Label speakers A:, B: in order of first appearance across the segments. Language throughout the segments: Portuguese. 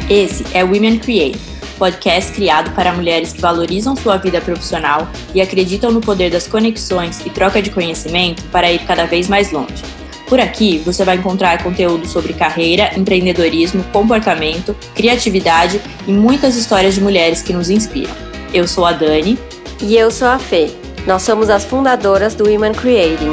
A: Esse é o Women Create, podcast criado para mulheres que valorizam sua vida profissional e acreditam no poder das conexões e troca de conhecimento para ir cada vez mais longe. Por aqui, você vai encontrar conteúdo sobre carreira, empreendedorismo, comportamento, criatividade e muitas histórias de mulheres que nos inspiram. Eu sou a Dani.
B: E eu sou a Fê. Nós somos as fundadoras do Women Creating.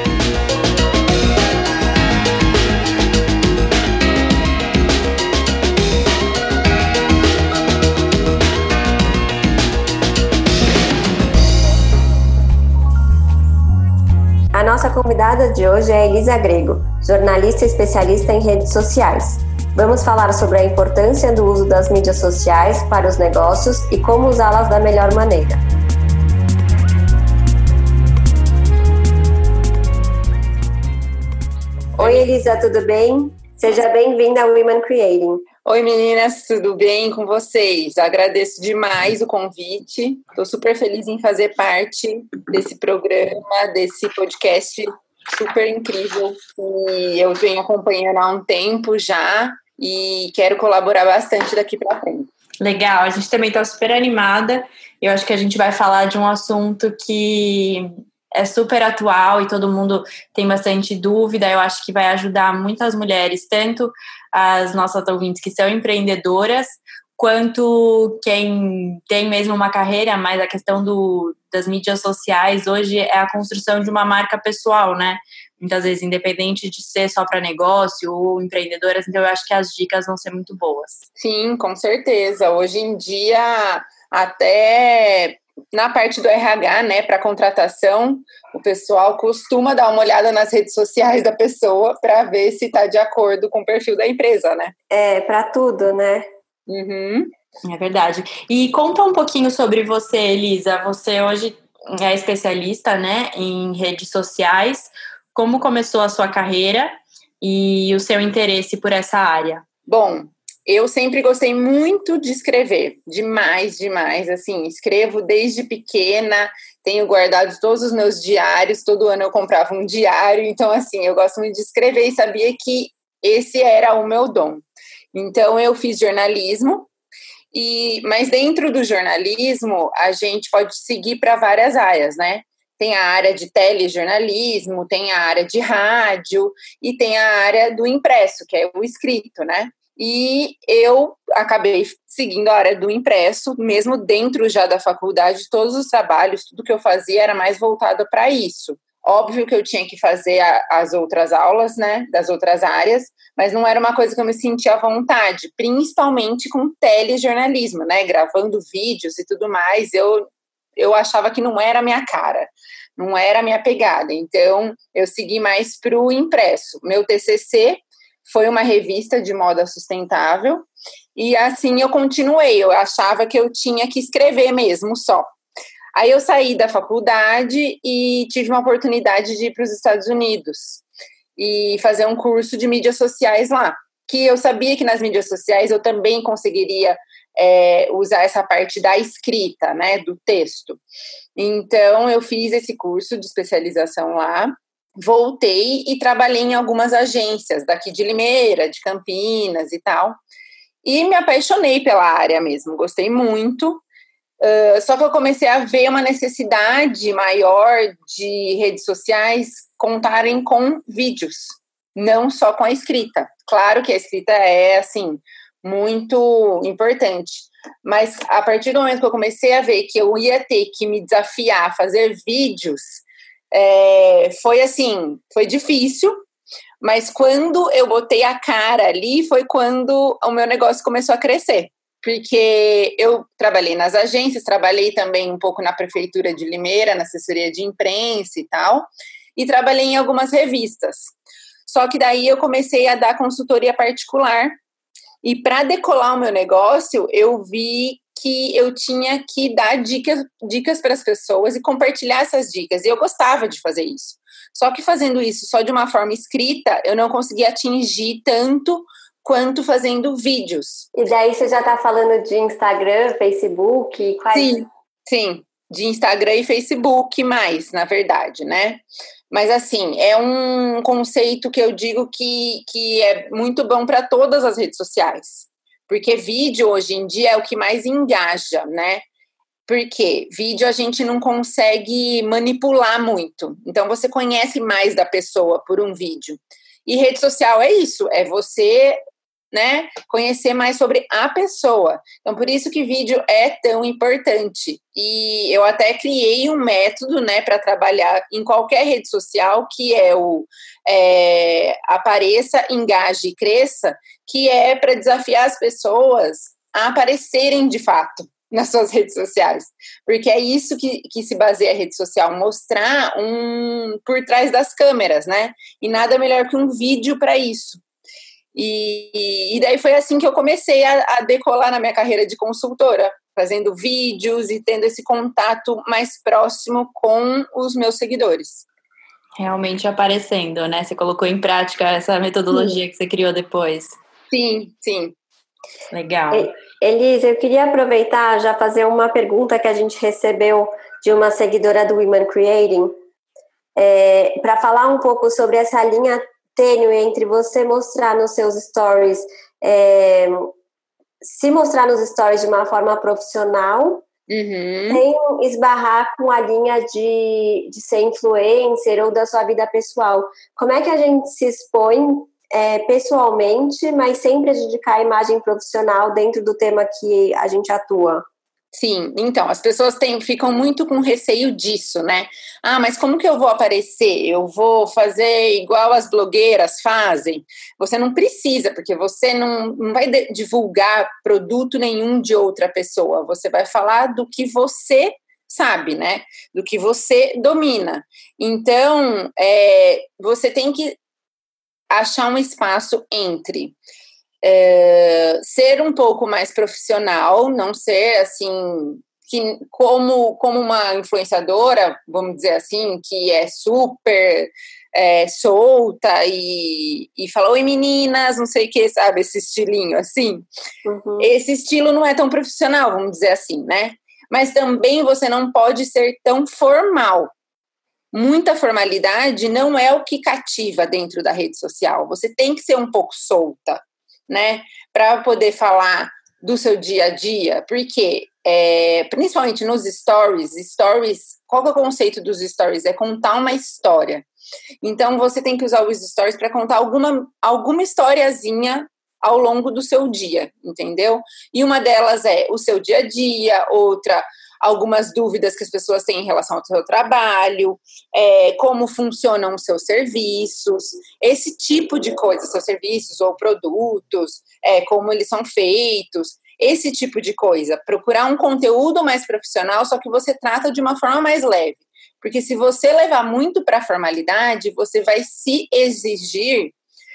B: A nossa convidada de hoje é Elisa Grego, jornalista e especialista em redes sociais. Vamos falar sobre a importância do uso das mídias sociais para os negócios e como usá-las da melhor maneira. Oi, Elisa, tudo bem? Seja bem-vinda ao Women Creating.
C: Oi, meninas, tudo bem com vocês? Agradeço demais o convite. Estou super feliz em fazer parte desse programa, desse podcast super incrível que eu venho acompanhando há um tempo já e quero colaborar bastante daqui para frente.
A: Legal, a gente também está super animada. Eu acho que a gente vai falar de um assunto que é super atual e todo mundo tem bastante dúvida. Eu acho que vai ajudar muitas mulheres, tanto as nossas ouvintes que são empreendedoras, quanto quem tem mesmo uma carreira, mas a questão das mídias sociais hoje é a construção de uma marca pessoal, né? Muitas vezes, independente de ser só para negócio ou empreendedoras, então eu acho que as dicas vão ser muito boas.
C: Sim, com certeza. Hoje em dia, até na parte do RH, né, para contratação, o pessoal costuma dar uma olhada nas redes sociais da pessoa para ver se está de acordo com o perfil da empresa, né?
B: É, para tudo, né?
C: Uhum.
A: É verdade. E conta um pouquinho sobre você, Elisa. Você hoje é especialista, né, em redes sociais. Como começou a sua carreira e o seu interesse por essa área?
C: Bom, eu sempre gostei muito de escrever, demais, assim, escrevo desde pequena, tenho guardado todos os meus diários, todo ano eu comprava um diário, então assim, eu gosto muito de escrever e sabia que esse era o meu dom. Então eu fiz jornalismo, mas dentro do jornalismo a gente pode seguir para várias áreas, né? Tem a área de telejornalismo, tem a área de rádio e tem a área do impresso, que é o escrito, né? E eu acabei seguindo a área do impresso, mesmo dentro já da faculdade, todos os trabalhos, tudo que eu fazia era mais voltado para isso. Óbvio que eu tinha que fazer as outras aulas, né, das outras áreas, mas não era uma coisa que eu me sentia à vontade, principalmente com telejornalismo, né, gravando vídeos e tudo mais, eu achava que não era a minha cara, não era a minha pegada, então eu segui mais para o impresso. Meu TCC foi uma revista de moda sustentável e assim eu continuei, eu achava que eu tinha que escrever mesmo só. Aí eu saí da faculdade e tive uma oportunidade de ir para os Estados Unidos e fazer um curso de mídias sociais lá, que eu sabia que nas mídias sociais eu também conseguiria usar essa parte da escrita, né, do texto. Então eu fiz esse curso de especialização lá, voltei e trabalhei em algumas agências daqui de Limeira, de Campinas e tal, e me apaixonei pela área mesmo, gostei muito. Só que eu comecei a ver uma necessidade maior de redes sociais contarem com vídeos, não só com a escrita. Claro que a escrita é, assim, muito importante, mas a partir do momento que eu comecei a ver que eu ia ter que me desafiar a fazer vídeos, foi assim, foi difícil, mas quando eu botei a cara ali, foi quando o meu negócio começou a crescer. Porque eu trabalhei nas agências, trabalhei também um pouco na prefeitura de Limeira, na assessoria de imprensa e tal, e trabalhei em algumas revistas. Só que daí eu comecei a dar consultoria particular, e para decolar o meu negócio, eu vi que eu tinha que dar dicas para as pessoas e compartilhar essas dicas, e eu gostava de fazer isso. Só que fazendo isso só de uma forma escrita, eu não conseguia atingir tanto quanto fazendo vídeos.
B: E daí você já está falando de Instagram, Facebook?
C: Sim, de Instagram e Facebook mais, na verdade, né? Mas assim, é um conceito que eu digo que é muito bom para todas as redes sociais. Porque vídeo, hoje em dia, é o que mais engaja, né? Porque vídeo a gente não consegue manipular muito. Então, você conhece mais da pessoa por um vídeo. E rede social é isso, é você, né, conhecer mais sobre a pessoa. Então, por isso que vídeo é tão importante. E eu até criei um método, né, para trabalhar em qualquer rede social, que é o Apareça, Engaje e Cresça, que é para desafiar as pessoas a aparecerem de fato nas suas redes sociais, porque é isso que se baseia a rede social, mostrar por trás das câmeras, né? E nada melhor que um vídeo para isso. E daí foi assim que eu comecei a decolar na minha carreira de consultora, fazendo vídeos e tendo esse contato mais próximo com os meus seguidores.
A: Realmente aparecendo, né? Você colocou em prática essa metodologia que você criou depois.
C: Sim, sim.
A: Legal.
B: Elisa, eu queria aproveitar já fazer uma pergunta que a gente recebeu de uma seguidora do Women Creating, para falar um pouco sobre essa linha tênue entre você mostrar nos seus stories, se mostrar nos stories de uma forma profissional, sem esbarrar com a linha de ser influencer ou da sua vida pessoal. Como é que a gente se expõe pessoalmente, mas sem prejudicar a imagem profissional dentro do tema que a gente atua?
C: Sim, então, as pessoas ficam muito com receio disso, né? Ah, mas como que eu vou aparecer? Eu vou fazer igual as blogueiras fazem? Você não precisa, porque você não vai divulgar produto nenhum de outra pessoa. Você vai falar do que você sabe, né? Do que você domina. Então, você tem que achar um espaço entre ser um pouco mais profissional, não ser assim, como uma influenciadora, vamos dizer assim, que é super solta e fala, oi meninas, não sei o que, sabe, esse estilinho assim. Esse estilo não é tão profissional, vamos dizer assim, né? Mas também você não pode ser tão formal. Muita formalidade não é o que cativa dentro da rede social. Você tem que ser um pouco solta, né? Para poder falar do seu dia a dia, porque principalmente nos stories, qual que é o conceito dos stories? É contar uma história. Então você tem que usar os stories para contar alguma historiazinha ao longo do seu dia, entendeu? E uma delas é o seu dia a dia, outra, algumas dúvidas que as pessoas têm em relação ao seu trabalho, como funcionam os seus serviços, esse tipo de coisa, seus serviços ou produtos, como eles são feitos, esse tipo de coisa. Procurar um conteúdo mais profissional, só que você trata de uma forma mais leve. Porque se você levar muito para a formalidade, você vai se exigir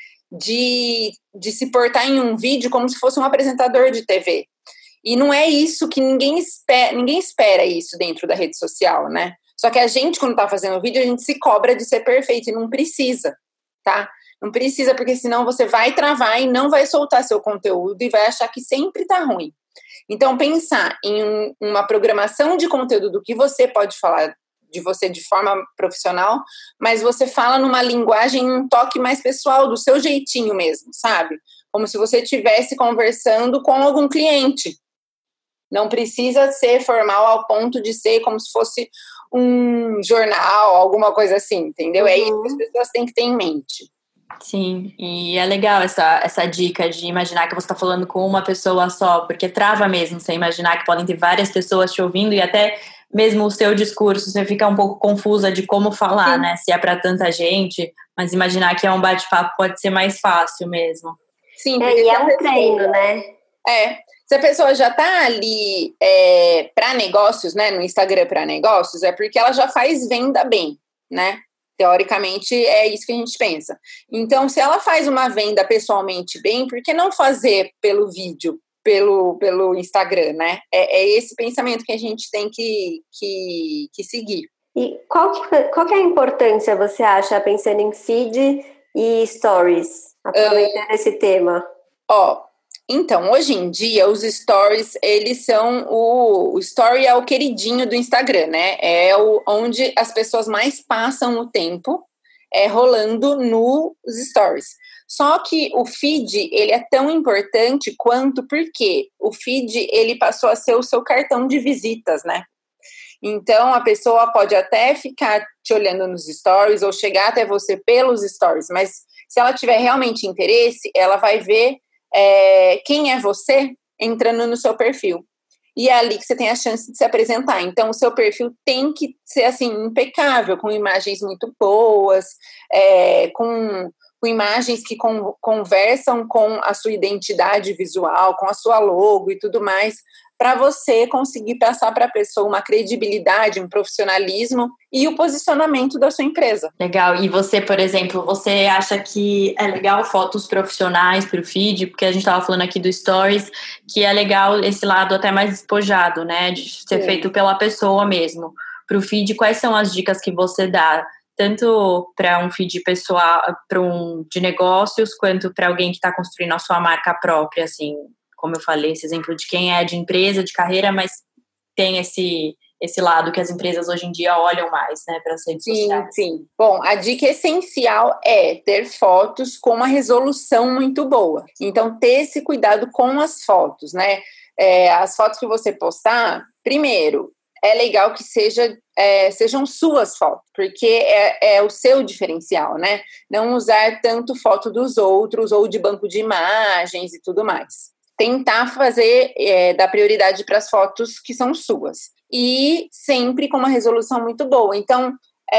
C: de se portar em um vídeo como se fosse um apresentador de TV. E não é isso que ninguém espera isso dentro da rede social, né? Só que a gente, quando tá fazendo o vídeo, a gente se cobra de ser perfeito e não precisa, tá? Não precisa, porque senão você vai travar e não vai soltar seu conteúdo e vai achar que sempre tá ruim. Então, pensar em uma programação de conteúdo do que você pode falar de você de forma profissional, mas você fala numa linguagem, um toque mais pessoal, do seu jeitinho mesmo, sabe? Como se você estivesse conversando com algum cliente. Não precisa ser formal ao ponto de ser como se fosse um jornal, alguma coisa assim, entendeu? É isso que as pessoas têm que ter em mente.
A: Sim, e é legal essa dica de imaginar que você está falando com uma pessoa só, porque trava mesmo você imaginar que podem ter várias pessoas te ouvindo e até mesmo o seu discurso, você fica um pouco confusa de como falar, né? Se é para tanta gente, mas imaginar que é um bate-papo pode ser mais fácil mesmo.
C: Sim,
B: e é um treino, né?
C: Se a pessoa já está ali para negócios, né, no Instagram para negócios, é porque ela já faz venda bem, né? Teoricamente, é isso que a gente pensa. Então, se ela faz uma venda pessoalmente bem, por que não fazer pelo vídeo, pelo Instagram, né? É esse pensamento que a gente tem que seguir.
B: E qual que é a importância, você acha, pensando em feed e stories, aproveitando esse tema?
C: Então, hoje em dia, os stories, eles são o story é o queridinho do Instagram, né? É onde as pessoas mais passam o tempo rolando nos stories. Só que o feed, ele é tão importante quanto, porque o feed, ele passou a ser o seu cartão de visitas, né? Então, a pessoa pode até ficar te olhando nos stories ou chegar até você pelos stories, mas se ela tiver realmente interesse, ela vai ver quem é você entrando no seu perfil. E é ali que você tem a chance de se apresentar. Então, o seu perfil tem que ser, assim, impecável, com imagens muito boas, com imagens que conversam com a sua identidade visual, com a sua logo e tudo mais, para você conseguir passar para a pessoa uma credibilidade, um profissionalismo e o posicionamento da sua empresa.
A: Legal. E você, por exemplo, você acha que é legal fotos profissionais para o feed? Porque a gente estava falando aqui do Stories, que é legal esse lado até mais despojado, né? De ser feito pela pessoa mesmo. Para o feed, quais são as dicas que você dá? Tanto para um feed pessoal, para um de negócios, quanto para alguém que está construindo a sua marca própria, assim, como eu falei, esse exemplo de quem é de empresa, de carreira, mas tem esse lado que as empresas hoje em dia olham mais, né, para as redes sociais.
C: Sim. Bom, a dica essencial é ter fotos com uma resolução muito boa. Então, ter esse cuidado com as fotos, né? As fotos que você postar, primeiro, é legal que sejam suas fotos, porque é o seu diferencial, né? Não usar tanto foto dos outros ou de banco de imagens e tudo mais. Tentar dar prioridade para as fotos que são suas. E sempre com uma resolução muito boa. Então,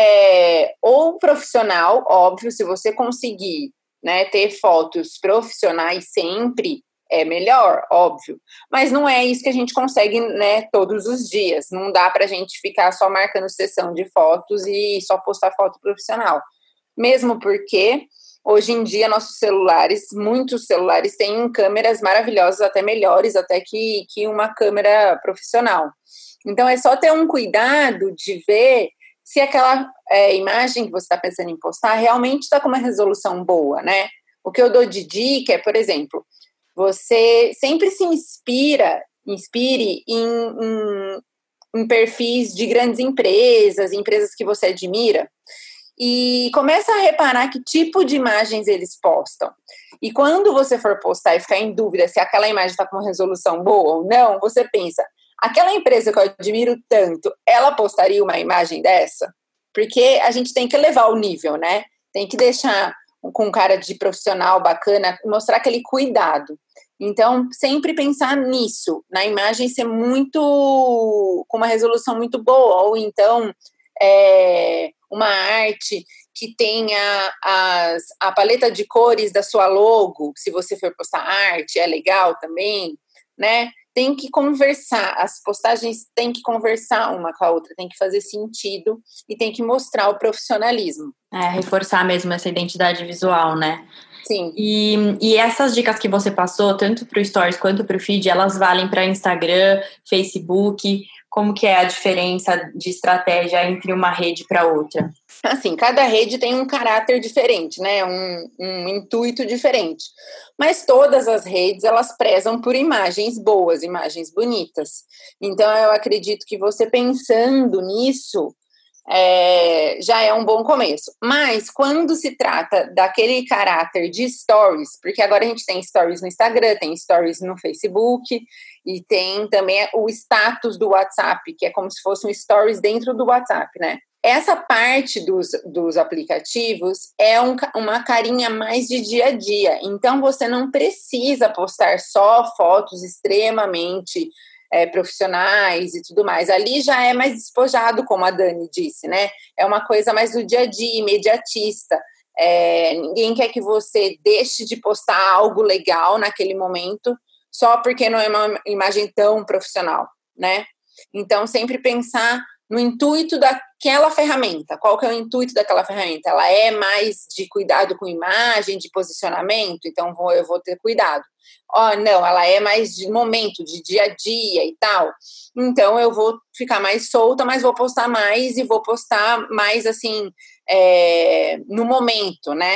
C: ou profissional, óbvio, se você conseguir, né, ter fotos profissionais sempre, é melhor, óbvio. Mas não é isso que a gente consegue, né, todos os dias. Não dá pra gente ficar só marcando sessão de fotos e só postar foto profissional. Mesmo porque, hoje em dia, muitos celulares têm câmeras maravilhosas, até melhores até que uma câmera profissional. Então, é só ter um cuidado de ver se aquela imagem que você está pensando em postar realmente está com uma resolução boa, né? O que eu dou de dica é, por exemplo, você sempre se inspire em perfis de grandes empresas que você admira, e começa a reparar que tipo de imagens eles postam. E quando você for postar e ficar em dúvida se aquela imagem está com uma resolução boa ou não, você pensa, aquela empresa que eu admiro tanto, ela postaria uma imagem dessa? Porque a gente tem que elevar o nível, né? Tem que deixar com cara de profissional bacana, mostrar aquele cuidado. Então, sempre pensar nisso, na imagem ser com uma resolução muito boa, ou então uma arte que tenha a paleta de cores da sua logo, se você for postar arte, é legal também, né? Tem que conversar, as postagens têm que conversar uma com a outra, tem que fazer sentido e tem que mostrar o profissionalismo.
A: Reforçar mesmo essa identidade visual, né?
C: Sim.
A: E essas dicas que você passou, tanto para o Stories quanto para o Feed, elas valem para Instagram, Facebook? Como que é a diferença de estratégia entre uma rede para outra?
C: Assim, cada rede tem um caráter diferente, né? Um intuito diferente. Mas todas as redes, elas prezam por imagens boas, imagens bonitas. Então, eu acredito que você pensando nisso, já é um bom começo. Mas quando se trata daquele caráter de stories, porque agora a gente tem stories no Instagram, tem stories no Facebook e tem também o status do WhatsApp, que é como se fosse um stories dentro do WhatsApp, né? Essa parte dos aplicativos é uma carinha mais de dia a dia. Então, você não precisa postar só fotos extremamente profissionais e tudo mais. Ali já é mais despojado, como a Dani disse, né? É uma coisa mais do dia a dia, imediatista. Ninguém quer que você deixe de postar algo legal naquele momento só porque não é uma imagem tão profissional, né? Então, sempre pensar no intuito daquela ferramenta. Qual que é o intuito daquela ferramenta? Ela é mais de cuidado com imagem, de posicionamento? Então, eu vou ter cuidado. Não, ela é mais de momento, de dia a dia e tal. Então, eu vou ficar mais solta, mas vou postar mais e vou postar mais, assim, no momento, né?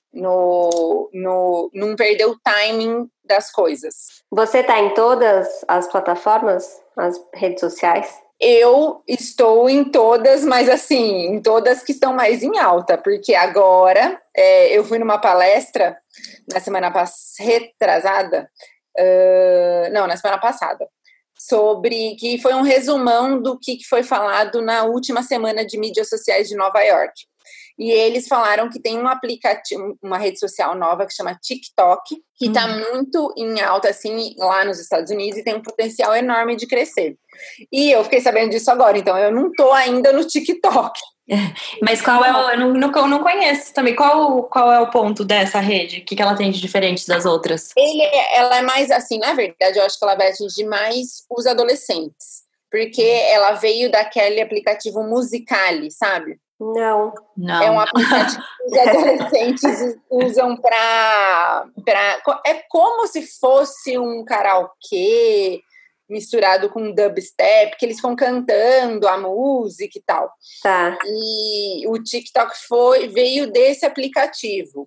C: Não perder o timing das coisas.
B: Você está em todas as plataformas, as redes sociais?
C: Eu estou em todas, mas assim, em todas que estão mais em alta, porque agora eu fui numa palestra na semana retrasada, não, na semana passada, sobre que foi um resumão do que foi falado na última semana de mídias sociais de Nova York. E eles falaram que tem um aplicativo, uma rede social nova que chama TikTok, que está muito em alta, assim, lá nos Estados Unidos e tem um potencial enorme de crescer. E eu fiquei sabendo disso agora, então eu não estou ainda no TikTok.
A: Mas qual é eu não conheço também. Qual é o ponto dessa rede? O que ela tem de diferente das outras?
C: Ela é mais assim, na verdade, eu acho que ela vai atingir mais os adolescentes. Porque ela veio daquele aplicativo Musical.ly, sabe?
B: Não.
C: É um aplicativo que os adolescentes usam para... É como se fosse um karaokê misturado com dubstep, que eles ficam cantando a música e tal.
B: Tá.
C: E o TikTok veio desse aplicativo,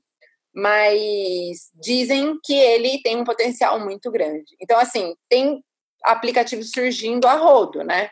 C: mas dizem que ele tem um potencial muito grande. Então, assim, tem aplicativos surgindo a rodo, né?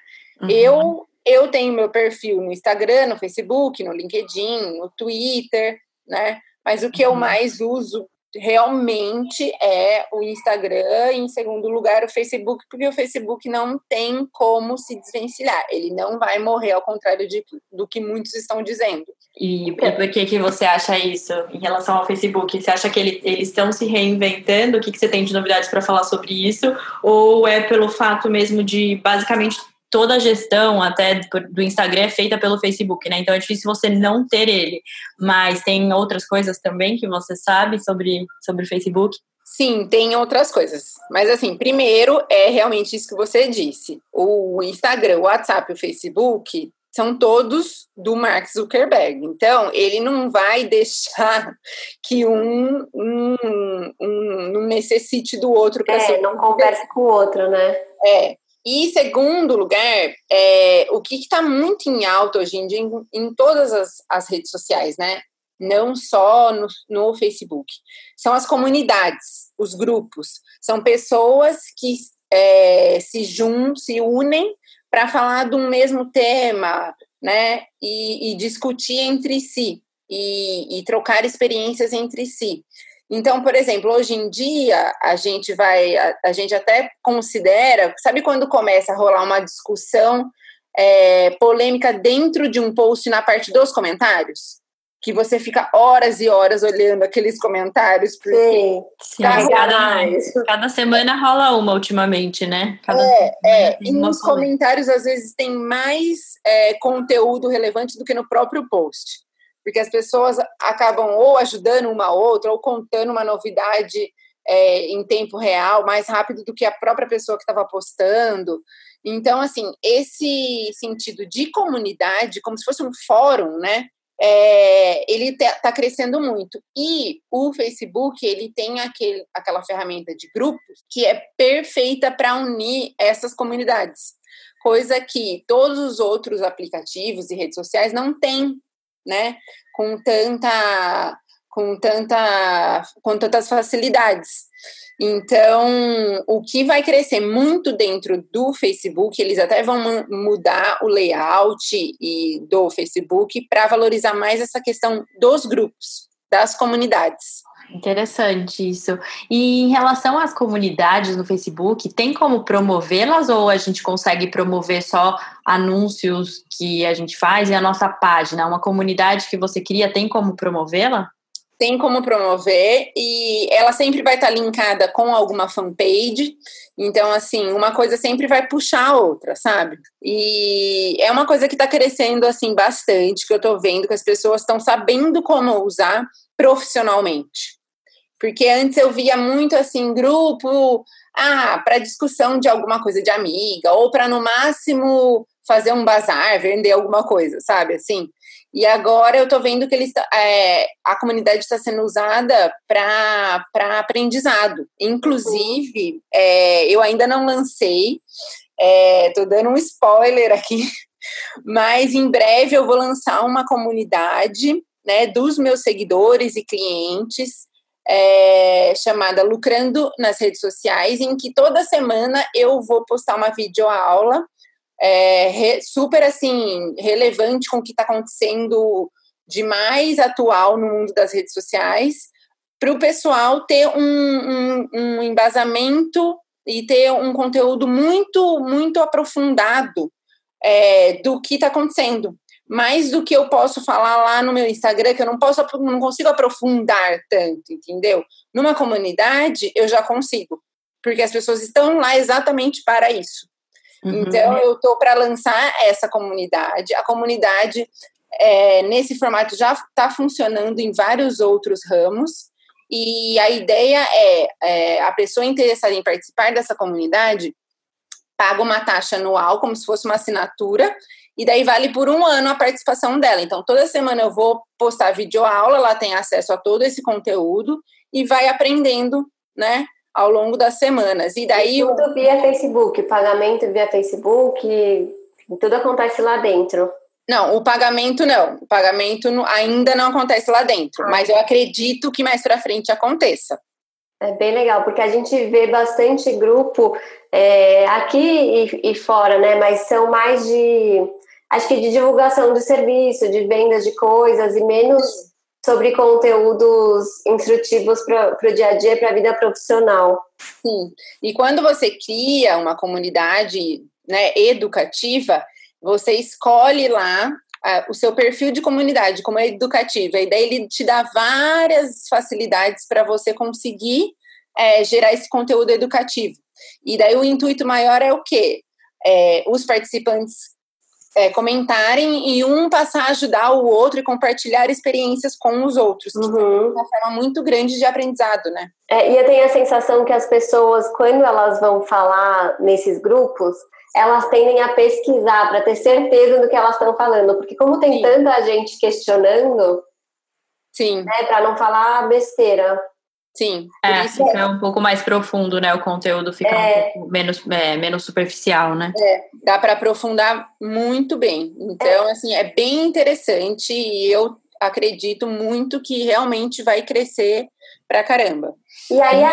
C: Eu tenho meu perfil no Instagram, no Facebook, no LinkedIn, no Twitter, né? Mas o que eu mais uso realmente é o Instagram e, em segundo lugar, o Facebook, porque o Facebook não tem como se desvencilhar. Ele não vai morrer, ao contrário do que muitos estão dizendo.
A: E por que você acha isso em relação ao Facebook? Você acha que eles estão se reinventando? O que você tem de novidades para falar sobre isso? Ou é pelo fato mesmo de, basicamente, toda a gestão até do Instagram é feita pelo Facebook, né? Então é difícil você não ter ele. Mas tem outras coisas também que você sabe sobre o Facebook?
C: Sim, tem outras coisas. Mas assim, primeiro é realmente isso que você disse. O Instagram, o WhatsApp e o Facebook são todos do Mark Zuckerberg. Então, ele não vai deixar que um não necessite do outro para ser...
B: não converse com o outro, né?
C: E, segundo lugar, o que está muito em alta hoje em dia em todas as redes sociais, né? Não só no Facebook. São as comunidades, os grupos. São pessoas que se unem para falar de um mesmo tema, né? E discutir entre si. E trocar experiências entre si. Então, por exemplo, hoje em dia, a gente até considera, sabe quando começa a rolar uma discussão polêmica dentro de um post na parte dos comentários? Que você fica horas e horas olhando aqueles comentários. Porque
A: sim. Cada semana rola uma ultimamente, né?
C: E nos comentários, às vezes, tem mais conteúdo relevante do que no próprio post. Porque as pessoas acabam ou ajudando uma a outra, ou contando uma novidade em tempo real, mais rápido do que a própria pessoa que estava postando. Então, assim, esse sentido de comunidade, como se fosse um fórum, né? Ele está crescendo muito. E o Facebook, ele tem aquela ferramenta de grupos que é perfeita para unir essas comunidades. Coisa que todos os outros aplicativos e redes sociais não têm, né, com tantas facilidades. Então, o que vai crescer muito dentro do Facebook, eles até vão mudar o layout do Facebook para valorizar mais essa questão dos grupos, das comunidades.
A: Interessante isso. E em relação às comunidades no Facebook, tem como promovê-las ou a gente consegue promover só anúncios que a gente faz e a nossa página? Uma comunidade que você cria, tem como promovê-la?
C: Tem como promover e ela sempre vai estar linkada com alguma fanpage. Então, assim, uma coisa sempre vai puxar a outra, sabe? E é uma coisa que está crescendo, assim, bastante, que eu estou vendo que as pessoas estão sabendo como usar profissionalmente. Porque antes eu via muito, assim, grupo, para discussão de alguma coisa de amiga, ou para, no máximo, fazer um bazar, vender alguma coisa, sabe, assim. E agora eu tô vendo que a comunidade está sendo usada para aprendizado. Inclusive, eu ainda não lancei, tô dando um spoiler aqui, mas em breve eu vou lançar uma comunidade, né, dos meus seguidores e clientes, chamada Lucrando nas Redes Sociais, em que toda semana eu vou postar uma videoaula super, assim, relevante com o que está acontecendo de mais atual no mundo das redes sociais, para o pessoal ter um embasamento e ter um conteúdo muito, muito aprofundado do que está acontecendo. Mais do que eu posso falar lá no meu Instagram, que eu não consigo aprofundar tanto, entendeu? Numa comunidade, eu já consigo, porque as pessoas estão lá exatamente para isso. Então, eu estou para lançar essa comunidade. A comunidade, nesse formato, já está funcionando em vários outros ramos. E a ideia a pessoa interessada em participar dessa comunidade paga uma taxa anual, como se fosse uma assinatura, e daí vale por 1 ano a participação dela. Então, toda semana eu vou postar videoaula, ela tem acesso a todo esse conteúdo e vai aprendendo, né, ao longo das semanas. E daí...
B: Tudo via Facebook, pagamento via Facebook, tudo acontece lá dentro.
C: Não, o pagamento não. O pagamento ainda não acontece lá dentro, mas eu acredito que mais pra frente aconteça.
B: É bem legal, porque a gente vê bastante grupo aqui e fora, né? Mas são mais acho que de divulgação de serviço, de vendas de coisas e menos sobre conteúdos instrutivos para o dia a dia, para a vida profissional.
C: Sim, e quando você cria uma comunidade, né, educativa, você escolhe lá o seu perfil de comunidade como é educativa, e daí ele te dá várias facilidades para você conseguir gerar esse conteúdo educativo. E daí o intuito maior é o quê? Os participantes comentarem e um passar a ajudar o outro e compartilhar experiências com os outros, que é uma forma muito grande de aprendizado, né?
B: E eu tenho a sensação que as pessoas, quando elas vão falar nesses grupos, elas tendem a pesquisar para ter certeza do que elas estão falando, porque como tem tanta gente questionando, né, para não falar besteira.
C: Sim.
A: Isso fica um pouco mais profundo, né? O conteúdo fica um pouco menos superficial, né?
C: Dá para aprofundar muito bem. Então, assim, é bem interessante e eu acredito muito que realmente vai crescer pra caramba.
B: E aí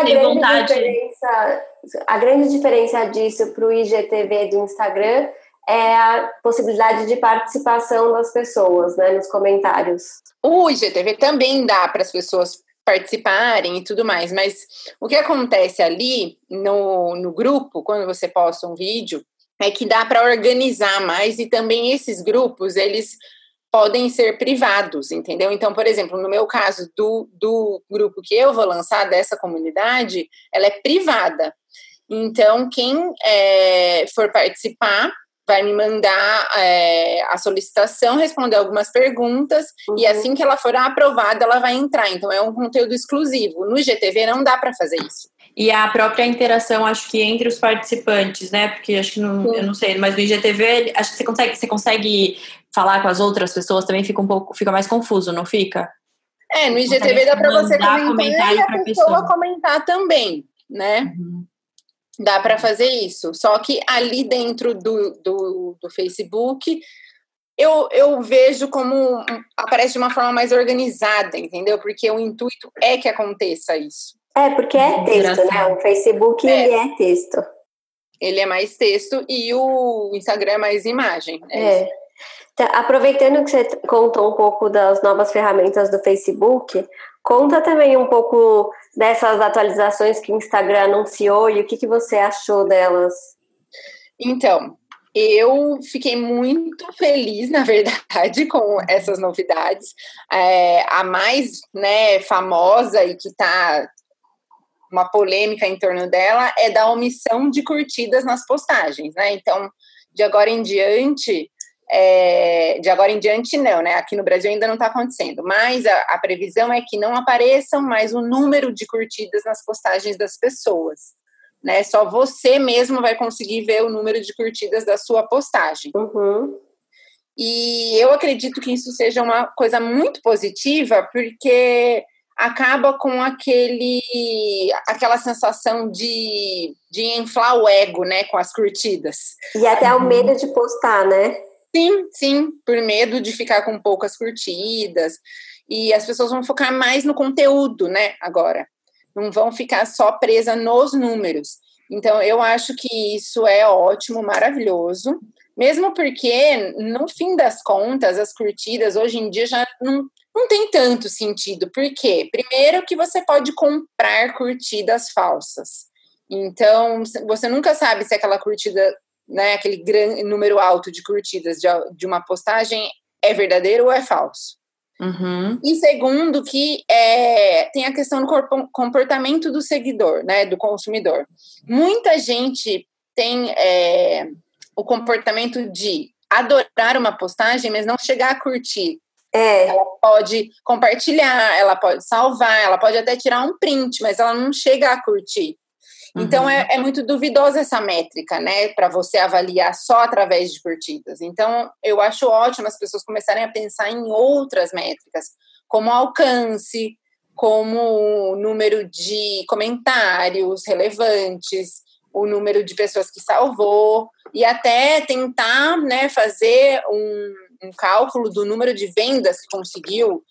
B: a grande diferença disso para o IGTV do Instagram é a possibilidade de participação das pessoas, né, nos comentários.
C: O IGTV também dá para as pessoas participarem e tudo mais, mas o que acontece ali no grupo, quando você posta um vídeo, é que dá para organizar mais e também esses grupos, eles podem ser privados, entendeu? Então, por exemplo, no meu caso do grupo que eu vou lançar, dessa comunidade, ela é privada. Então, quem for participar vai me mandar a solicitação, responder algumas perguntas, e assim que ela for aprovada, ela vai entrar. Então, é um conteúdo exclusivo. No IGTV não dá para fazer isso.
A: E a própria interação, acho que entre os participantes, né? Porque acho que eu não sei, mas no IGTV, acho que você consegue falar com as outras pessoas, também fica mais confuso, não fica?
C: No IGTV dá para você comentar e a pessoa comentar também, né? Dá para fazer isso. Só que ali dentro do Facebook, eu vejo como aparece de uma forma mais organizada, entendeu? Porque o intuito é que aconteça isso.
B: Porque é texto, né? O Facebook, ele é texto.
C: Ele é mais texto e o Instagram é mais imagem.
B: Então, aproveitando que você contou um pouco das novas ferramentas do Facebook, conta também um pouco dessas atualizações que o Instagram anunciou e o que você achou delas.
C: Então, eu fiquei muito feliz, na verdade, com essas novidades. A mais, né, famosa e que está uma polêmica em torno dela é da omissão de curtidas nas postagens, né? Então, de agora em diante não, né? Aqui no Brasil ainda não está acontecendo, mas a previsão é que não apareçam mais o número de curtidas nas postagens das pessoas, né? Só você mesmo vai conseguir ver o número de curtidas da sua postagem. E eu acredito que isso seja uma coisa muito positiva, porque acaba com aquela sensação de inflar o ego, né, com as curtidas.
B: E até o medo de postar, né?
C: Sim, por medo de ficar com poucas curtidas. E as pessoas vão focar mais no conteúdo, né, agora. Não vão ficar só presas nos números. Então, eu acho que isso é ótimo, maravilhoso. Mesmo porque, no fim das contas, as curtidas hoje em dia já não tem tanto sentido. Por quê? Primeiro que você pode comprar curtidas falsas. Então, você nunca sabe se aquela curtida, né, aquele grande número alto de curtidas de uma postagem é verdadeiro ou é falso.
A: Uhum.
C: E segundo, que tem a questão do comportamento do seguidor, né, do consumidor. Muita gente tem o comportamento de adorar uma postagem, mas não chegar a curtir. Ela pode compartilhar, ela pode salvar, ela pode até tirar um print, mas ela não chega a curtir. Então, é muito duvidosa essa métrica, né, para você avaliar só através de curtidas. Então, eu acho ótimo as pessoas começarem a pensar em outras métricas, como alcance, como o número de comentários relevantes, o número de pessoas que salvou, e até tentar, né, fazer um cálculo do número de vendas que conseguiu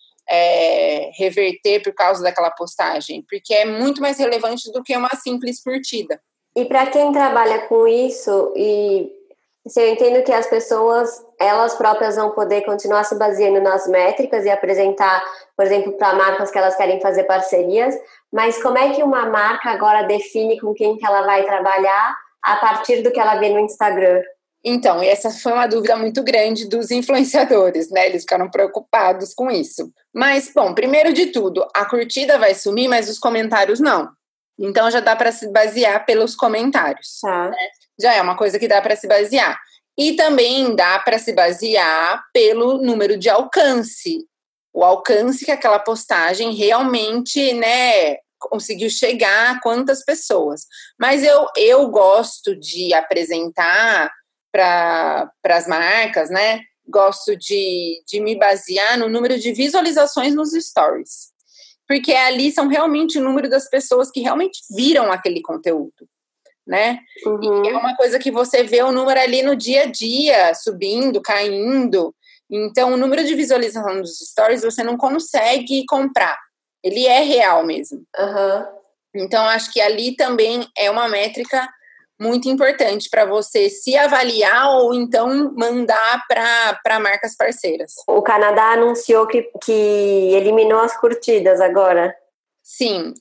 C: reverter por causa daquela postagem, porque é muito mais relevante do que uma simples curtida.
B: E para quem trabalha com isso, e eu entendo que as pessoas, elas próprias vão poder continuar se baseando nas métricas e apresentar, por exemplo, para marcas que elas querem fazer parcerias, mas como é que uma marca agora define com quem que ela vai trabalhar a partir do que ela vê no Instagram?
C: Então, essa foi uma dúvida muito grande dos influenciadores, né? Eles ficaram preocupados com isso. Mas, bom, primeiro de tudo, a curtida vai sumir, mas os comentários não. Então, já dá para se basear pelos comentários. Né? Já é uma coisa que dá para se basear. E também dá para se basear pelo número de alcance. O alcance que aquela postagem realmente, né, conseguiu chegar a quantas pessoas. Mas eu gosto de apresentar para as marcas, né? Gosto de me basear no número de visualizações nos stories. Porque ali são realmente o número das pessoas que realmente viram aquele conteúdo, né? E é uma coisa que você vê o número ali no dia a dia, subindo, caindo. Então, o número de visualização dos stories você não consegue comprar. Ele é real mesmo. Então, acho que ali também é uma métrica muito importante para você se avaliar ou então mandar para marcas parceiras.
B: O Canadá anunciou que eliminou as curtidas agora.
C: Sim,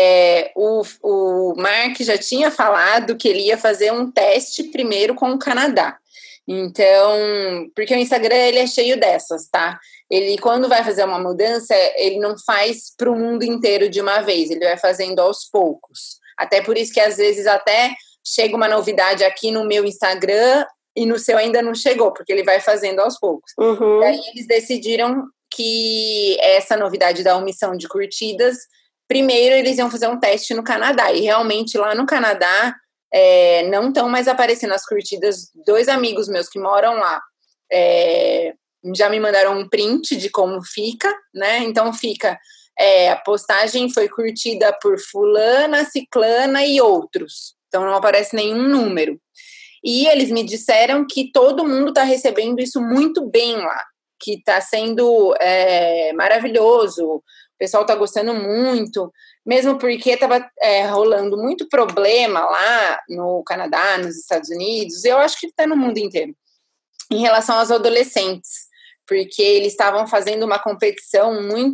C: o Mark já tinha falado que ele ia fazer um teste primeiro com o Canadá. Então, porque o Instagram ele é cheio dessas, tá? Ele, quando vai fazer uma mudança, ele não faz para o mundo inteiro de uma vez, ele vai fazendo aos poucos. Até por isso que às vezes até chega uma novidade aqui no meu Instagram e no seu ainda não chegou, porque ele vai fazendo aos poucos. E aí eles decidiram que essa novidade da omissão de curtidas, primeiro eles iam fazer um teste no Canadá. E realmente lá no Canadá não estão mais aparecendo as curtidas. 2 amigos meus que moram lá já me mandaram um print de como fica, né? Então fica... a postagem foi curtida por fulana, ciclana e outros. Então, não aparece nenhum número. E eles me disseram que todo mundo está recebendo isso muito bem lá. Que está sendo maravilhoso. O pessoal está gostando muito. Mesmo porque estava rolando muito problema lá no Canadá, nos Estados Unidos. Eu acho que está no mundo inteiro. Em relação aos adolescentes. Porque eles estavam fazendo uma competição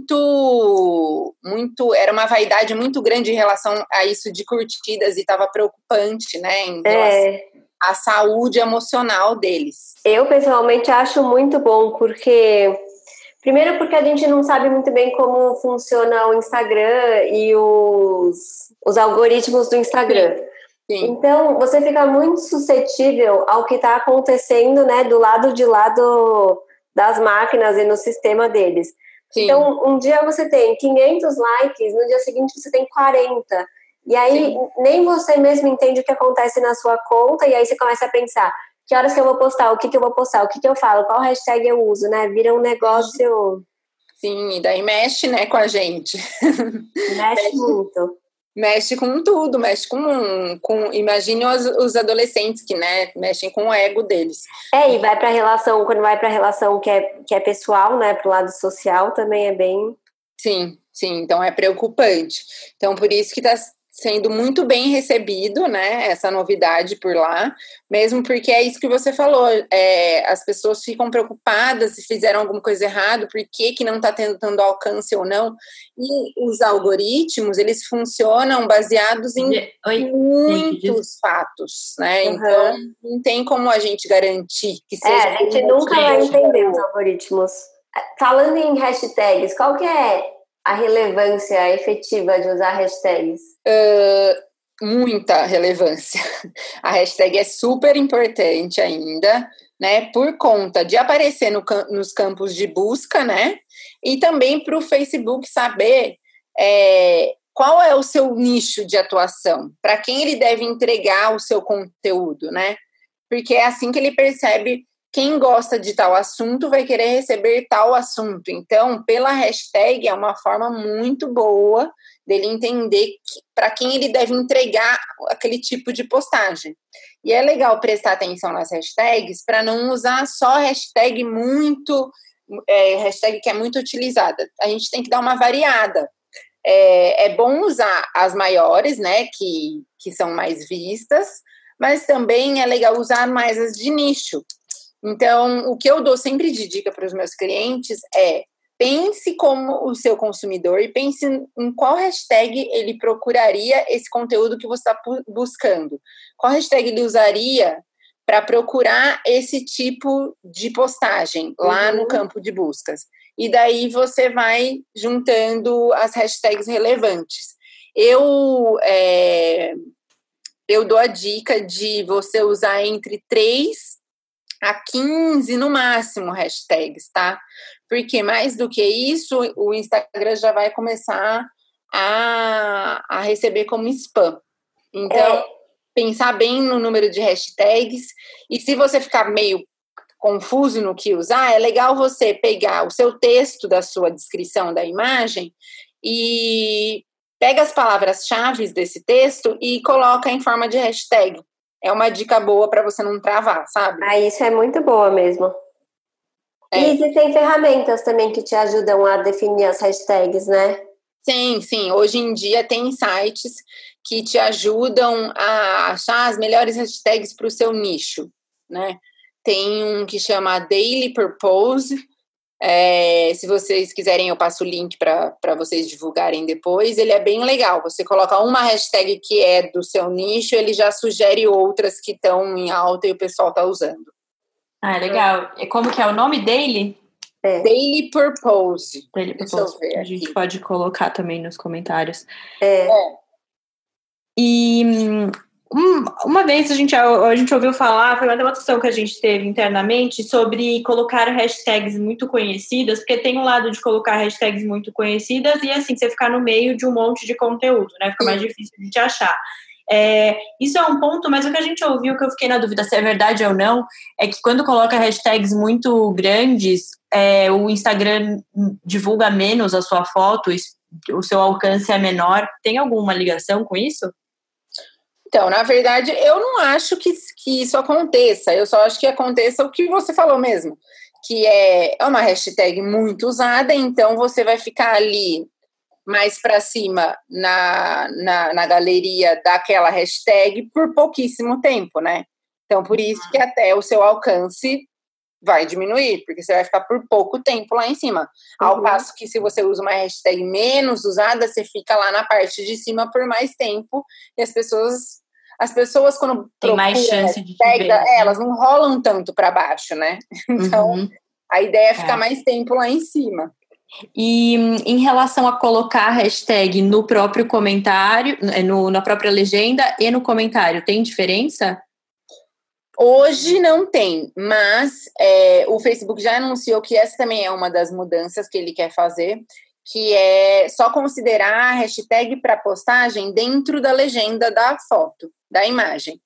C: era uma vaidade muito grande em relação a isso de curtidas e estava preocupante, né, em relação à saúde emocional deles.
B: Eu, pessoalmente, acho muito bom, primeiro porque a gente não sabe muito bem como funciona o Instagram e os algoritmos do Instagram. Sim. Então, você fica muito suscetível ao que está acontecendo, né, do lado de lá das máquinas e no sistema deles. Sim. Então, um dia você tem 500 likes, no dia seguinte você tem 40. E aí, sim, nem você mesmo entende o que acontece na sua conta, e aí você começa a pensar, que horas que eu vou postar, o que eu vou postar, o que eu falo, qual hashtag eu uso, né? Vira um negócio...
C: Sim, e daí mexe, né, com a gente.
B: Mexe muito.
C: Mexe com tudo, mexe com imagine os adolescentes que, né, mexem com o ego deles.
B: E vai pra relação, quando vai pra relação que é pessoal, né, pro lado social também é bem...
C: Sim, então é preocupante. Então, por isso que está sendo muito bem recebido, né, essa novidade por lá, mesmo porque é isso que você falou, as pessoas ficam preocupadas se fizeram alguma coisa errada, por que não está tendo tanto alcance ou não, e os algoritmos, eles funcionam baseados em muitos fatos, né, então não tem como a gente garantir que seja...
B: a gente nunca vai entender os algoritmos. Falando em hashtags, qual que é a relevância efetiva de usar hashtags?
C: Muita relevância. A hashtag é super importante ainda, né? Por conta de aparecer nos campos de busca, né? E também para o Facebook saber qual é o seu nicho de atuação, para quem ele deve entregar o seu conteúdo, né? Porque é assim que ele percebe quem gosta de tal assunto vai querer receber tal assunto. Então, pela hashtag, é uma forma muito boa dele entender para quem ele deve entregar aquele tipo de postagem. E é legal prestar atenção nas hashtags para não usar só hashtag que é muito utilizada. A gente tem que dar uma variada. É bom usar as maiores, né, que são mais vistas, mas também é legal usar mais as de nicho. Então, o que eu dou sempre de dica para os meus clientes é: pense como o seu consumidor e pense em qual hashtag ele procuraria esse conteúdo que você está buscando. Qual hashtag ele usaria para procurar esse tipo de postagem lá no campo de buscas. E daí você vai juntando as hashtags relevantes. Eu dou a dica de você usar entre 3 a 15 no máximo hashtags, tá? Porque mais do que isso, o Instagram já vai começar a receber como spam. Então, pensar bem no número de hashtags. E se você ficar meio confuso no que usar, é legal você pegar o seu texto da sua descrição da imagem e pega as palavras-chave desse texto e coloca em forma de hashtag. É uma dica boa para você não travar, sabe?
B: Isso é muito boa mesmo. E existem ferramentas também que te ajudam a definir as hashtags, né?
C: Sim. Hoje em dia tem sites que te ajudam a achar as melhores hashtags para o seu nicho, né? Tem um que chama Daily Purpose. Se vocês quiserem, eu passo o link para vocês divulgarem depois. Ele é bem legal. Você coloca uma hashtag que é do seu nicho, ele já sugere outras que estão em alta e o pessoal está usando.
A: Legal. E como que é o nome dele?
C: Daily Purpose.
A: Deixa eu ver. A gente pode colocar também nos comentários. E uma vez a gente ouviu falar, foi uma demonstração que a gente teve internamente sobre colocar hashtags muito conhecidas, porque tem um lado de colocar hashtags muito conhecidas e assim, você ficar no meio de um monte de conteúdo, né? Fica mais difícil de te achar. Isso é um ponto, mas o que a gente ouviu, que eu fiquei na dúvida se é verdade ou não, é que quando coloca hashtags muito grandes, o Instagram divulga menos a sua foto, o seu alcance é menor. Tem alguma ligação com isso?
C: Então, na verdade, eu não acho que isso aconteça. Eu só acho que aconteça o que você falou mesmo, que é uma hashtag muito usada, então você vai ficar ali mais para cima na galeria daquela hashtag por pouquíssimo tempo, né? Então, por isso que até o seu alcance vai diminuir, porque você vai ficar por pouco tempo lá em cima. Ao passo que se você usa uma hashtag menos usada, você fica lá na parte de cima por mais tempo e as pessoas quando
A: tem mais chance de ver,
C: elas não rolam tanto para baixo, né? Então, a ideia é ficar mais tempo lá em cima.
A: E em relação a colocar a hashtag no próprio comentário, na própria legenda e no comentário, tem diferença?
C: Hoje não tem, mas o Facebook já anunciou que essa também é uma das mudanças que ele quer fazer, que é só considerar a hashtag para postagem dentro da legenda da foto, da imagem.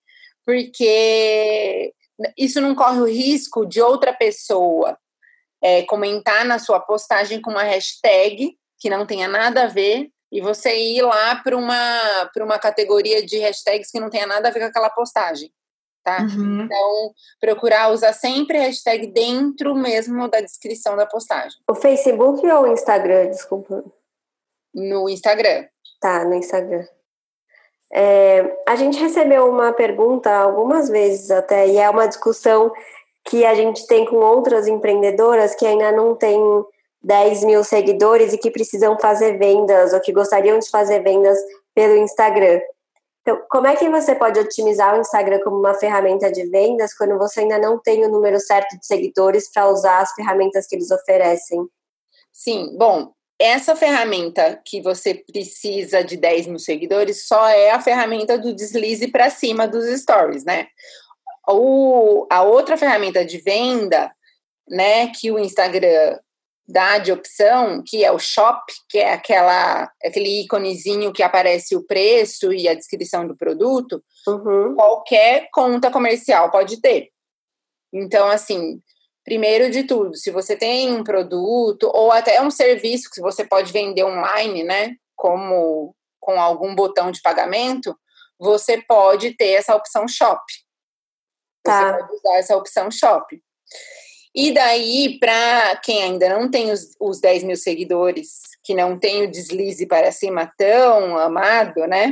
C: Porque isso não corre o risco de outra pessoa comentar na sua postagem com uma hashtag que não tenha nada a ver e você ir lá para uma categoria de hashtags que não tenha nada a ver com aquela postagem, tá? Então, procurar usar sempre hashtag dentro mesmo da descrição da postagem.
B: O Facebook ou o Instagram, desculpa?
C: No Instagram.
B: Tá, no Instagram. A gente recebeu uma pergunta algumas vezes até, e é uma discussão que a gente tem com outras empreendedoras que ainda não têm 10 mil seguidores e que precisam fazer vendas ou que gostariam de fazer vendas pelo Instagram. Então, como é que você pode otimizar o Instagram como uma ferramenta de vendas quando você ainda não tem o número certo de seguidores para usar as ferramentas que eles oferecem?
C: Sim, bom, essa ferramenta que você precisa de 10 mil seguidores só é a ferramenta do deslize para cima dos stories, né? A outra ferramenta de venda, né, que o Instagram dá de opção, que é o Shop, que é aquele íconezinho que aparece o preço e a descrição do produto, qualquer conta comercial pode ter. Então, assim, primeiro de tudo, se você tem um produto ou até um serviço que você pode vender online, né, como com algum botão de pagamento, você pode ter essa opção Shop. Você pode usar essa opção Shop. E daí, para quem ainda não tem os 10 mil seguidores, que não tem o deslize para cima tão amado, né?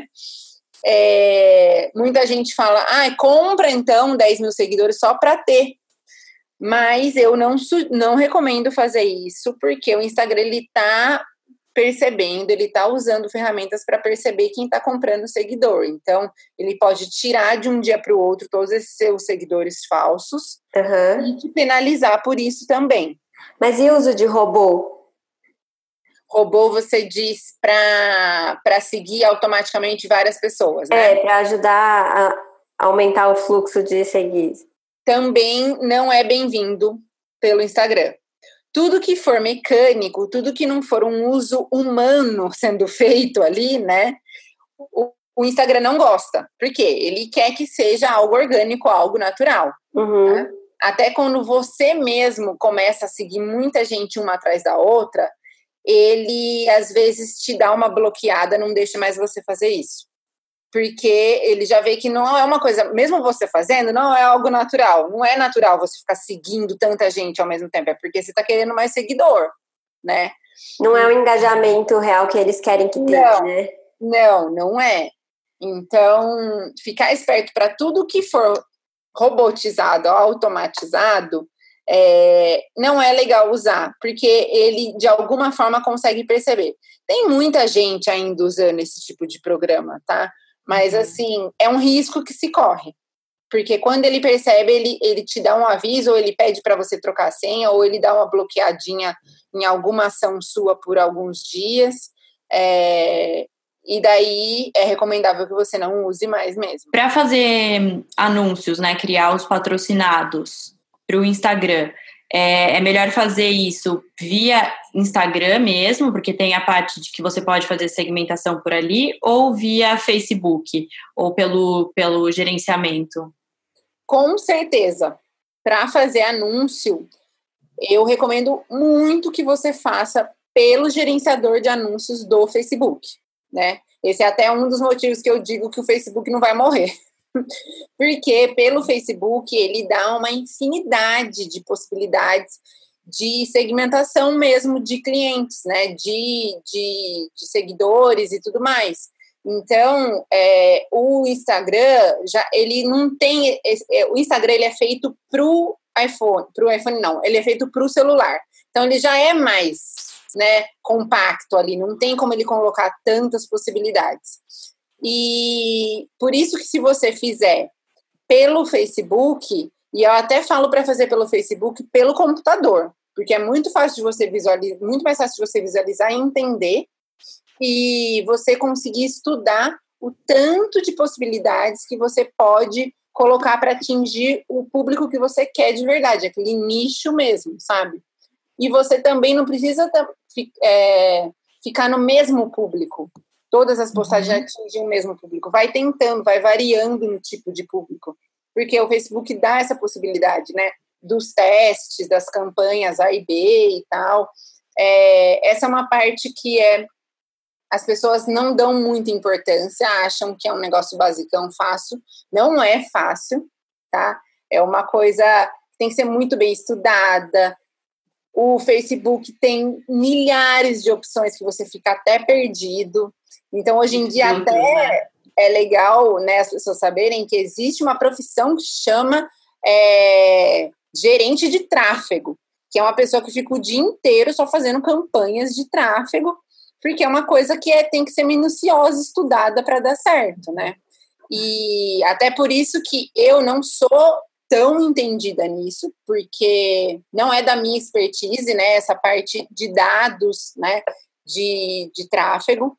C: Muita gente fala, compra então 10 mil seguidores só para ter. Mas eu não recomendo fazer isso, porque o Instagram, ele está percebendo, ele está usando ferramentas para perceber quem está comprando seguidor. Então, ele pode tirar de um dia para o outro todos esses seus seguidores falsos e te penalizar por isso também.
B: Mas e o uso de robô?
C: Robô, você diz para seguir automaticamente várias pessoas, né?
B: Para ajudar a aumentar o fluxo de seguidores.
C: Também não é bem-vindo pelo Instagram. Tudo que for mecânico, tudo que não for um uso humano sendo feito ali, né? O Instagram não gosta. Por quê? Ele quer que seja algo orgânico, algo natural. Né? Até quando você mesmo começa a seguir muita gente uma atrás da outra, ele às vezes te dá uma bloqueada, não deixa mais você fazer isso. Porque ele já vê que não é uma coisa, mesmo você fazendo, não é algo natural. Não é natural você ficar seguindo tanta gente ao mesmo tempo, é porque você está querendo mais seguidor, né?
B: Não é o engajamento real que eles querem que tenha, né?
C: Não é. Então, ficar esperto para tudo que for robotizado, automatizado, não é legal usar, porque ele, de alguma forma, consegue perceber. Tem muita gente ainda usando esse tipo de programa, tá? Mas, assim, é um risco que se corre. Porque quando ele percebe, ele te dá um aviso, ou ele pede para você trocar a senha, ou ele dá uma bloqueadinha em alguma ação sua por alguns dias. E daí é recomendável que você não use mais mesmo.
A: Para fazer anúncios, né, criar os patrocinados para o Instagram, é melhor fazer isso via Instagram mesmo, porque tem a parte de que você pode fazer segmentação por ali, ou via Facebook, ou pelo gerenciamento?
C: Com certeza. Para fazer anúncio, eu recomendo muito que você faça pelo gerenciador de anúncios do Facebook, né? Esse é até um dos motivos que eu digo que o Facebook não vai morrer. Porque pelo Facebook ele dá uma infinidade de possibilidades de segmentação mesmo de clientes, né? De seguidores e tudo mais. Então, o Instagram, ele não tem... o Instagram, ele é feito pro iPhone não, ele é feito pro celular. Então, ele já é mais, né, compacto ali, não tem como ele colocar tantas possibilidades. E por isso que se você fizer pelo Facebook, e eu até falo para fazer pelo Facebook, pelo computador, porque é muito fácil de você visualizar, muito mais fácil de você visualizar e entender, e você conseguir estudar o tanto de possibilidades que você pode colocar para atingir o público que você quer de verdade, aquele nicho mesmo, sabe? E você também não precisa ficar no mesmo público. Todas as postagens atingem o mesmo público. Vai tentando, vai variando no tipo de público. Porque o Facebook dá essa possibilidade, né? Dos testes, das campanhas A e B e tal. Essa é uma parte que as pessoas não dão muita importância, acham que é um negócio basicão, fácil. Não é fácil, tá? É uma coisa que tem que ser muito bem estudada. O Facebook tem milhares de opções que você fica até perdido. Então, hoje em dia, é legal, né, as pessoas saberem que existe uma profissão que chama gerente de tráfego, que é uma pessoa que fica o dia inteiro só fazendo campanhas de tráfego, porque é uma coisa que tem que ser minuciosa, estudada para dar certo, né? E até por isso que eu não sou tão entendida nisso, porque não é da minha expertise, né, essa parte de dados, né, de tráfego.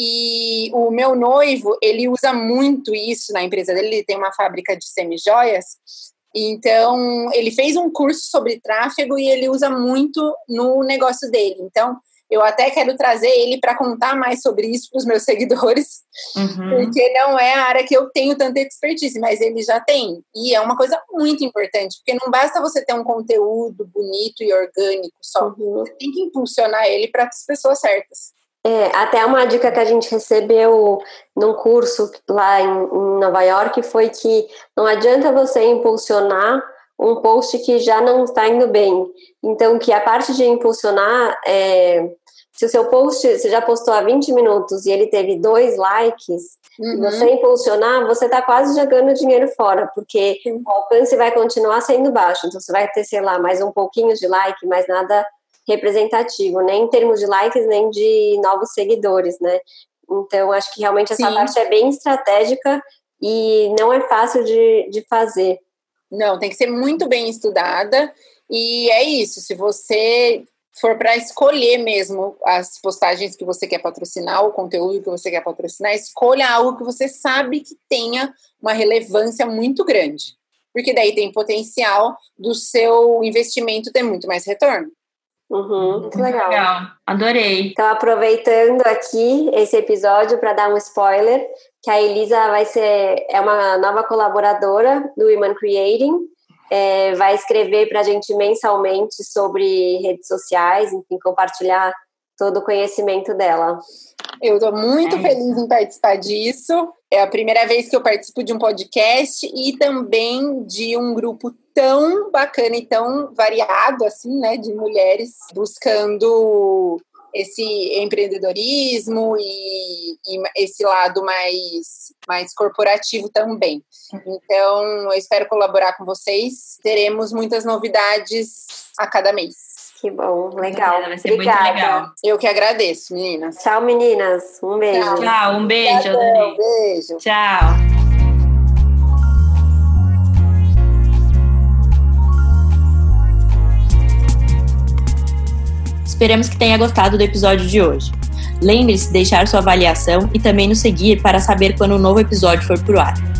C: E o meu noivo, ele usa muito isso na empresa dele, ele tem uma fábrica de semijoias, então ele fez um curso sobre tráfego e ele usa muito no negócio dele. Então, eu até quero trazer ele para contar mais sobre isso para os meus seguidores, porque não é a área que eu tenho tanta expertise, mas ele já tem. E é uma coisa muito importante, porque não basta você ter um conteúdo bonito e orgânico só. Você tem que impulsionar ele para as pessoas certas.
B: Até uma dica que a gente recebeu num curso lá em Nova York foi que não adianta você impulsionar um post que já não está indo bem. Então, que a parte de impulsionar, se o seu post, você já postou há 20 minutos e ele teve 2 likes, e você impulsionar, você está quase jogando dinheiro fora, porque o alcance vai continuar sendo baixo. Então, você vai ter, sei lá, mais um pouquinho de like, mas nada representativo, nem em termos de likes, nem de novos seguidores, né? Então, acho que realmente essa parte é bem estratégica e não é fácil de fazer.
C: Não, tem que ser muito bem estudada, e é isso, se você for para escolher mesmo as postagens que você quer patrocinar, o conteúdo que você quer patrocinar, escolha algo que você sabe que tenha uma relevância muito grande, porque daí tem potencial do seu investimento ter muito mais retorno.
B: Muito legal.
A: Adorei.
B: Então, aproveitando aqui esse episódio para dar um spoiler, que a Elisa é uma nova colaboradora do Women Creating, vai escrever para a gente mensalmente sobre redes sociais, enfim, compartilhar todo o conhecimento dela.
C: Eu estou muito feliz em participar disso. É a primeira vez que eu participo de um podcast e também de um grupo tão bacana e tão variado, assim, né, de mulheres buscando esse empreendedorismo e esse lado mais corporativo também. Então, eu espero colaborar com vocês. Teremos muitas novidades a cada mês.
B: Que bom, legal.
A: Vai ser
B: Obrigada.
A: muito legal.
C: Eu que agradeço, meninas.
B: Tchau, meninas. Um beijo.
A: Tchau, um beijo.
C: Um beijo.
A: Tchau. Esperamos que tenha gostado do episódio de hoje. Lembre-se de deixar sua avaliação e também nos seguir para saber quando um novo episódio for pro ar.